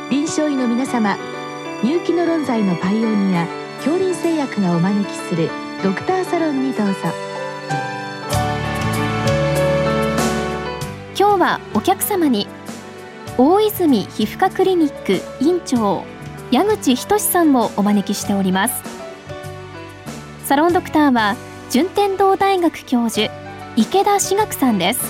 臨床医の皆様、入気の論剤のパイオニア恐林製薬がお招きするドクターサロンにどうぞ。 今日はお客様に大泉皮膚科クリニック院長矢口仁さんをお招きしております。サロンドクターは順天堂大学教授池田志学さんです。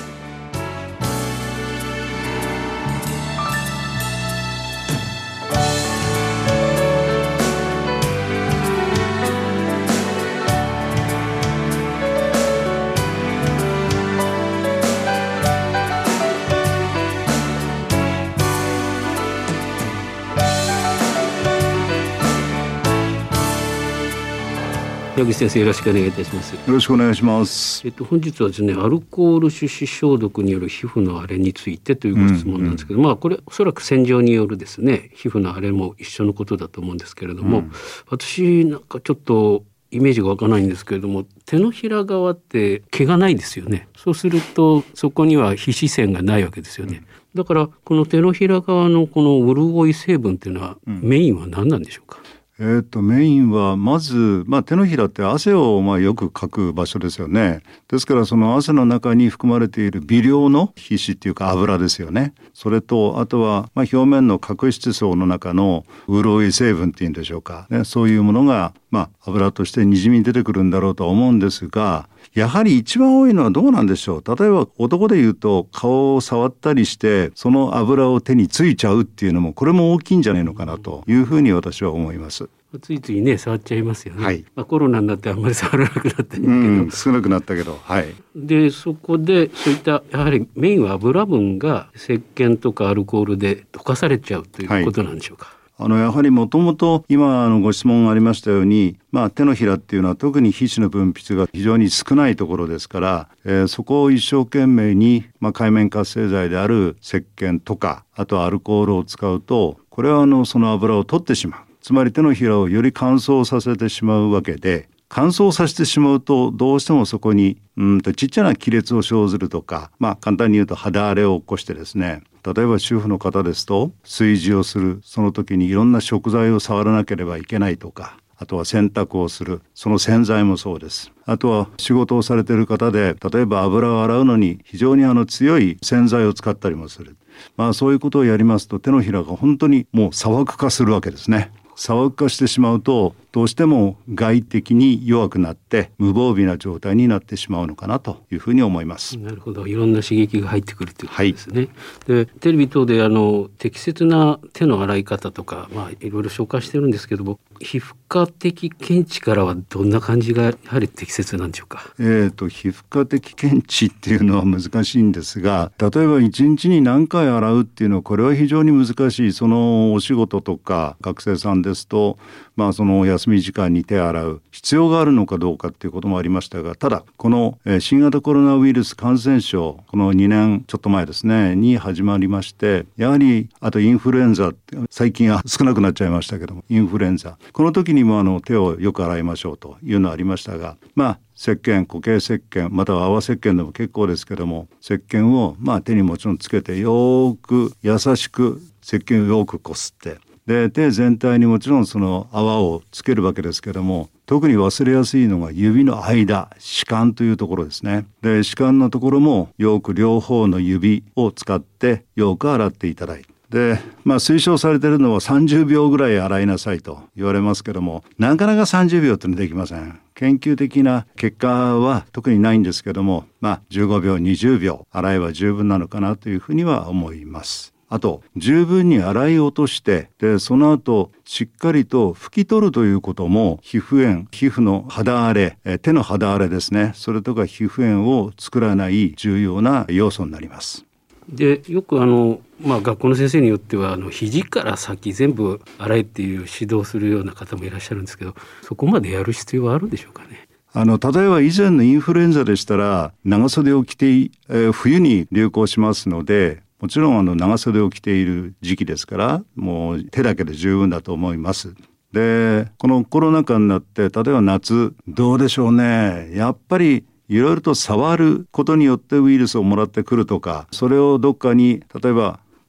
矢口先生、よろしくお願いいたします。 よろしくお願いします。 本日はですね、アルコール手指消毒による皮膚の荒れについてというご質問なんですけど、これおそらく洗浄によるですね、皮膚の荒れも一緒のことだと思うんですけれども、私なんかちょっとイメージが湧かないんですけれども、手のひら側って毛がないですよね。そうするとそこには皮脂腺がないわけですよね。だからこの手のひら側のこの潤い成分っていうのは、メインは何なんでしょうか？ メインはまず、手のひらって汗をよくかく場所ですよね。ですからその汗の中に含まれている微量の皮脂っていうか油ですよね。それとあとは表面の角質層の中の潤い成分っていうんでしょうか、そういうものが油としてにじみ出てくるんだろうとは思うんですが、やはり一番多いのはどうなんでしょう。例えば男で言うと顔を触ったりしてその油を手についちゃうっていうのも、これも大きいんじゃないのかなというふうに私は思います。 ついついね触っちゃいますよね。コロナになってあんまり触らなくなったけど、 少なくなったけど、 でそこでそういったやはりメインは油分が石鹸とかアルコールで溶かされちゃうということなんでしょうか？ やはりもともと今ご質問ありましたように、手のひらっていうのは特に皮脂の分泌が非常に少ないところですから、そこを一生懸命に、界面活性剤である石鹸とかあとはアルコールを使うと、これはその油を取ってしまう。つまり手のひらをより乾燥させてしまうわけで、乾燥させてしまうとどうしてもそこにちっちゃな亀裂を生ずるとか、簡単に言うと肌荒れを起こしてですね、例えば主婦の方ですと炊事をするその時にいろんな食材を触らなければいけないとか、あとは洗濯をするその洗剤もそうです。あとは仕事をされている方で、例えば油を洗うのに非常に強い洗剤を使ったりもする。そういうことをやりますと手のひらが本当にもう砂漠化するわけですね。砂漠化してしまうとどうしても外的に弱くなって無防備な状態になってしまうのかなというふうに思います。 なるほど、いろんな刺激が入ってくるということですね。でテレビ等で適切な手の洗い方とか、いろいろ紹介してるんですけども、皮膚科的見地からはどんな感じがやはり適切なんでしょうか？ 皮膚科的見地っていうのは難しいんですが、例えば1日に何回洗うっていうのはこれは非常に難しい。そのお仕事とか学生さんですと、その休み時間に手を洗う必要があるのかどうかっていうこともありましたが、ただこの新型コロナウイルス感染症、この2年ちょっと前ですねに始まりまして、やはりあとインフルエンザ、最近は少なくなっちゃいましたけども、インフルエンザ、この時にも手をよく洗いましょうというのありましたが、石鹸、固形石鹸または泡石鹸でも結構ですけども、石鹸を手にもちろんつけてよく優しく石鹸をよくこすって、で手全体にもちろんその泡をつけるわけですけども、特に忘れやすいのが指の間、歯間というところですね。で歯間のところもよく両方の指を使ってよく洗っていただいて、で、推奨されているのは30秒ぐらい洗いなさいと言われますけども、なかなか30秒ってのはできません。研究的な結果は特にないんですけども、15秒20秒洗えば十分なのかなというふうには思います。あと十分に洗い落として、でその後しっかりと拭き取るということも、皮膚炎、皮膚の肌荒れ、手の肌荒れですね、それとか皮膚炎を作らない重要な要素になります。 でよく学校の先生によっては肘から先全部洗えっていう指導するような方もいらっしゃるんですけど、そこまでやる必要はあるんでしょうかね？ 例えば以前のインフルエンザでしたら長袖を着て、冬に流行しますので、もちろん長袖を着ている時期ですから、もう手だけで十分だと思います。でこのコロナ禍になって、例えば夏どうでしょうね、やっぱりいろいろと触ることによってウイルスをもらってくるとか、それをどっかに例えば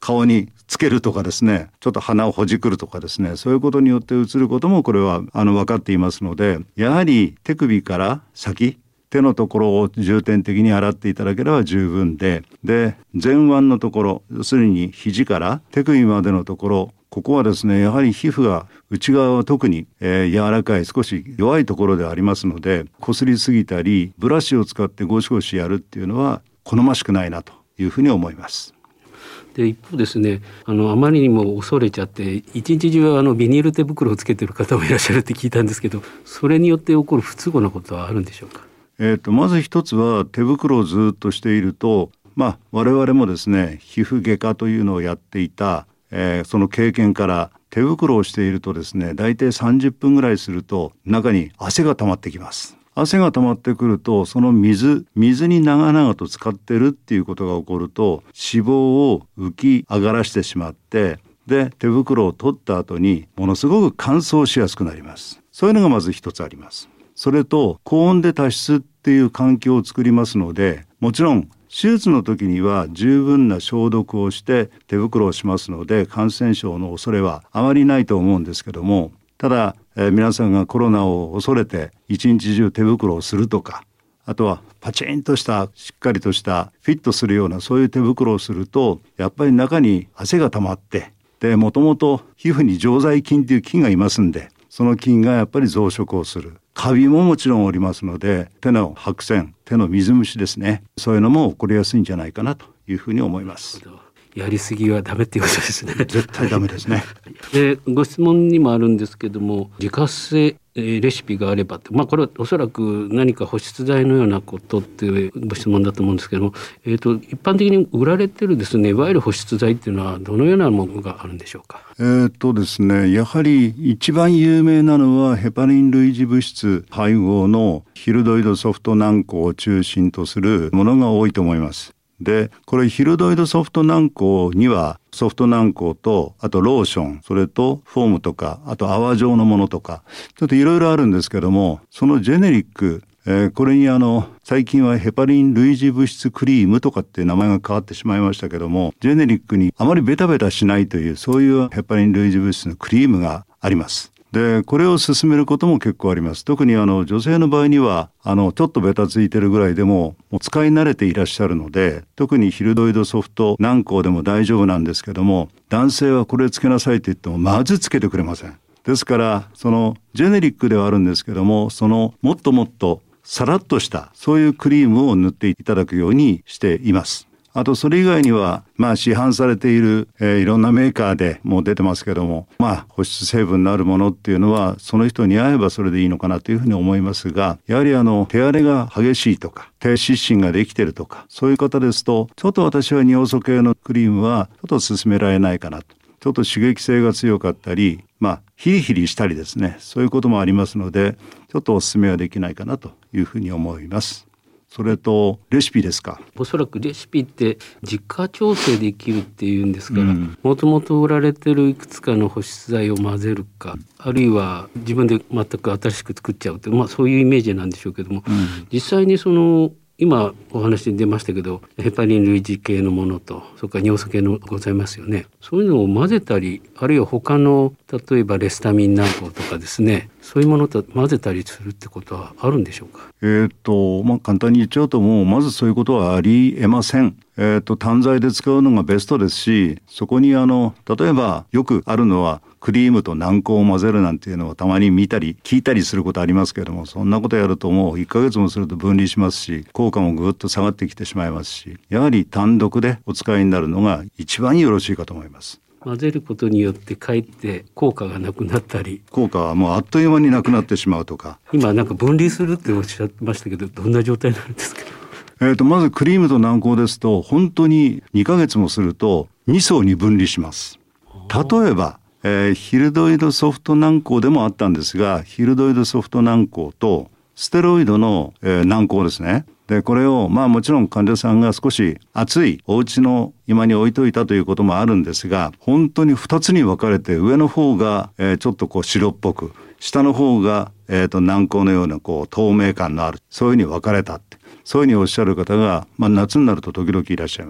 顔につけるとかですね、ちょっと鼻をほじくるとかですね、そういうことによってうつることもこれは分かっていますので、やはり手首から先、手のところを重点的に洗っていただければ十分で、前腕のところ、要するに肘から手首までのところ、ここはですね、やはり皮膚が内側は特に、柔らかい少し弱いところでありますので、擦りすぎたりブラシを使ってゴシゴシやるっていうのは好ましくないなというふうに思います。 で一方ですね、あまりにも恐れちゃって一日中ビニール手袋をつけてる方もいらっしゃるって聞いたんですけど、それによって起こる不都合なことはあるんでしょうか？ まず一つは手袋をずっとしていると、我々もですね、皮膚外科というのをやっていた、その経験から手袋をしているとですね、大体30分ぐらいすると中に汗が溜まってきます。汗が溜まってくると、その水に長々と使ってるっていうことが起こると、脂肪を浮き上がらしてしまって、で手袋を取った後にものすごく乾燥しやすくなります。そういうのがまず一つあります。それと高温で多湿っていう環境を作りますので、もちろん手術の時には十分な消毒をして手袋をしますので、感染症の恐れはあまりないと思うんですけども、ただ、皆さんがコロナを恐れて一日中手袋をするとか、あとはパチンとしたしっかりとしたフィットするようなそういう手袋をすると、やっぱり中に汗が溜まって、でもともと皮膚に常在菌という菌がいますんで、その菌がやっぱり増殖をする。カビももちろんおりますので、手の白癬、手の水虫ですね、そういうのも起こりやすいんじゃないかなというふうに思います。 やりすぎはダメっていうことですね。 絶対ダメですね。 でご質問にもあるんですけども、自家製レシピがあればって、これはおそらく何か保湿剤のようなことっていうご質問だと思うんですけども、一般的に売られてるですね、いわゆる保湿剤っていうのはどのようなものがあるんでしょうか？ ですね、やはり一番有名なのはヘパリン類似物質配合のヒルドイドソフト軟膏を中心とするものが多いと思います。でこれヒルドイドソフト軟膏にはソフト軟膏と、あとローション、それとフォームとか、あと泡状のものとか、ちょっといろいろあるんですけども、そのジェネリック、これに最近はヘパリン類似物質クリームとかって名前が変わってしまいましたけども、ジェネリックにあまりベタベタしないという、そういうヘパリン類似物質のクリームがあります。でこれを勧めることも結構あります。特に女性の場合にはちょっとベタついてるぐらいでもう使い慣れていらっしゃるので、特にヒルドイドソフト軟膏でも大丈夫なんですけども、男性はこれつけなさいと言ってもまずつけてくれません。ですからそのジェネリックではあるんですけども、そのもっともっとさらっとしたそういうクリームを塗っていただくようにしています。あとそれ以外には市販されている、いろんなメーカーでもう出てますけども、保湿成分のあるものっていうのはその人に合えばそれでいいのかなというふうに思いますが、やはり手荒れが激しいとか低湿疹ができているとか、そういう方ですとちょっと私は尿素系のクリームはちょっと勧められないかなと。ちょっと刺激性が強かったり、ヒリヒリしたりですね、そういうこともありますので、ちょっとお勧めはできないかなというふうに思います。それとレシピですか。 おそらくレシピって自家調整できるっていうんですから、もともと売られてるいくつかの保湿剤を混ぜるか、あるいは自分で全く新しく作っちゃうって、そういうイメージなんでしょうけども、実際に今お話に出ましたけど、ヘパリン類似系のものと、それから尿素系のございますよね。そういうのを混ぜたり、あるいは他の例えばレスタミン軟膏とかですね、そういうものと混ぜたりするってことはあるんでしょうか？ 簡単に言っちゃうと、もうまずそういうことはありえません。単剤で使うのがベストですし、そこに例えばよくあるのはクリームと軟膏を混ぜるなんていうのをたまに見たり聞いたりすることありますけれども、そんなことやるともう1ヶ月もすると分離しますし、効果もぐっと下がってきてしまいますし、やはり単独でお使いになるのが一番よろしいかと思います。 混ぜることによってかえって効果がなくなったり、 効果はもうあっという間になくなってしまうとか。 今分離するっておっしゃってましたけど、どんな状態なんですか？ まずクリームと軟膏ですと、本当に2ヶ月もすると2層に分離します。例えば、ヒルドイドソフト軟膏でもあったんですが、ヒルドイドソフト軟膏とステロイドの、軟膏ですね。でこれをもちろん患者さんが少し暑いお家の居間に置いといたということもあるんですが、本当に2つに分かれて、上の方が、ちょっと白っぽく、下の方が、軟膏のような透明感のある、そういうふうに分かれたって、そういうふうにおっしゃる方が、夏になると時々いらっしゃいます。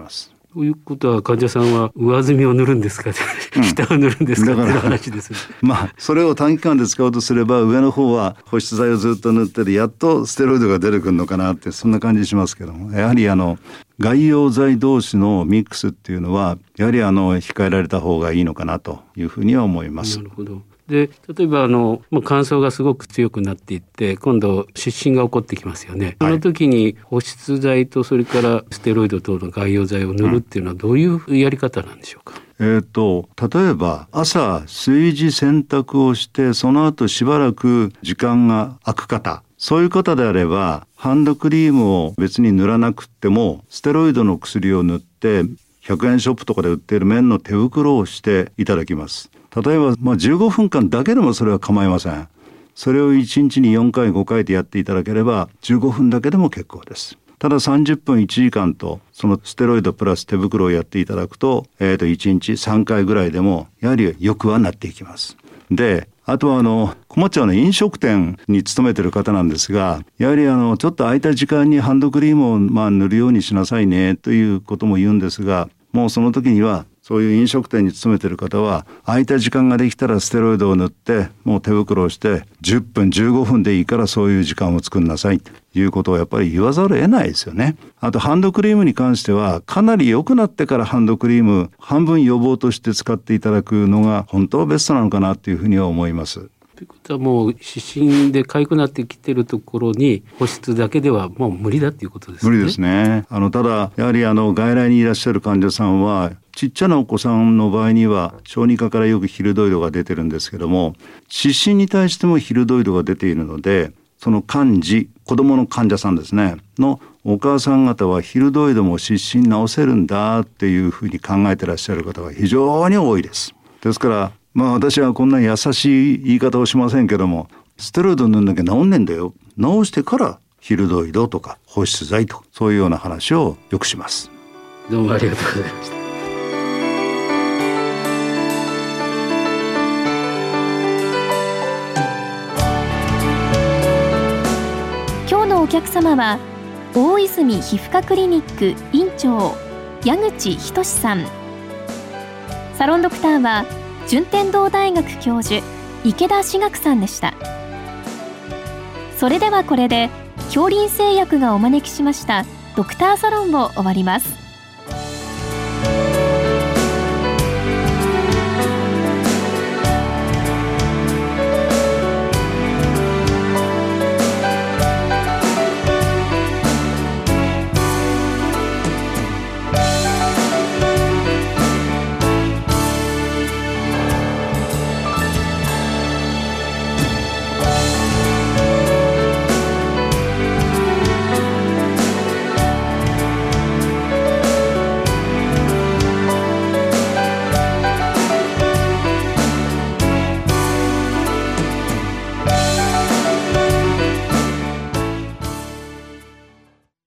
ということは患者さんは上澄みを塗るんですか、下を塗るんですかっていう話ですね。 それを短期間で使おうとすれば上の方は保湿剤をずっと塗っててやっとステロイドが出てくるのかなって、そんな感じしますけども、やはり外用剤同士のミックスっていうのはやはり控えられた方がいいのかなというふうには思います。 なるほど。で例えば乾燥がすごく強くなっていって今度湿疹が起こってきますよね。その時に保湿剤とそれからステロイド等の外用剤を塗るっていうのはどういうやり方なんでしょうか。 例えば朝炊事洗濯をしてその後しばらく時間が空く方、そういう方であればハンドクリームを別に塗らなくてもステロイドの薬を塗って100円ショップとかで売っている綿の手袋をしていただきます。例えば15分間だけでもそれは構いません。それを1日に4回5回でやっていただければ15分だけでも結構です。ただ30分1時間とそのステロイドプラス手袋をやっていただくと、1日3回ぐらいでもやはり良くはなっていきます。であとは困っちゃうのは飲食店に勤めてる方なんですが、やはりちょっと空いた時間にハンドクリームを塗るようにしなさいねということも言うんですが、もうその時にはそういう飲食店に勤めてる方は空いた時間ができたらステロイドを塗ってもう手袋をして10分15分でいいからそういう時間を作んなさいということをやっぱり言わざるを得ないですよね。あとハンドクリームに関してはかなり良くなってからハンドクリーム半分予防として使っていただくのが本当はベストなのかなというふうには思います。 ということはもう湿疹で痒くなってきてるところに保湿だけではもう無理だっていうことですね。 無理ですね。ただやはり外来にいらっしゃる患者さんはちっちゃなお子さんの場合には小児科からよくヒルドイドが出てるんですけども、湿疹に対してもヒルドイドが出ているので、その患児、子どもの患者さんですねのお母さん方はヒルドイドも湿疹治せるんだっていうふうに考えてらっしゃる方が非常に多いです。ですから私はこんな優しい言い方をしませんけども、ステロイド塗んなきゃ治んねんだよ、治してからヒルドイドとか保湿剤とかそういうような話をよくします。 どうもありがとうございました。 今日のお客様は大泉皮膚科クリニック院長矢口仁さん。サロンドクターは順天堂大学教授池田志学さんでした。それではこれで恐林製薬がお招きしましたドクターサロンを終わります。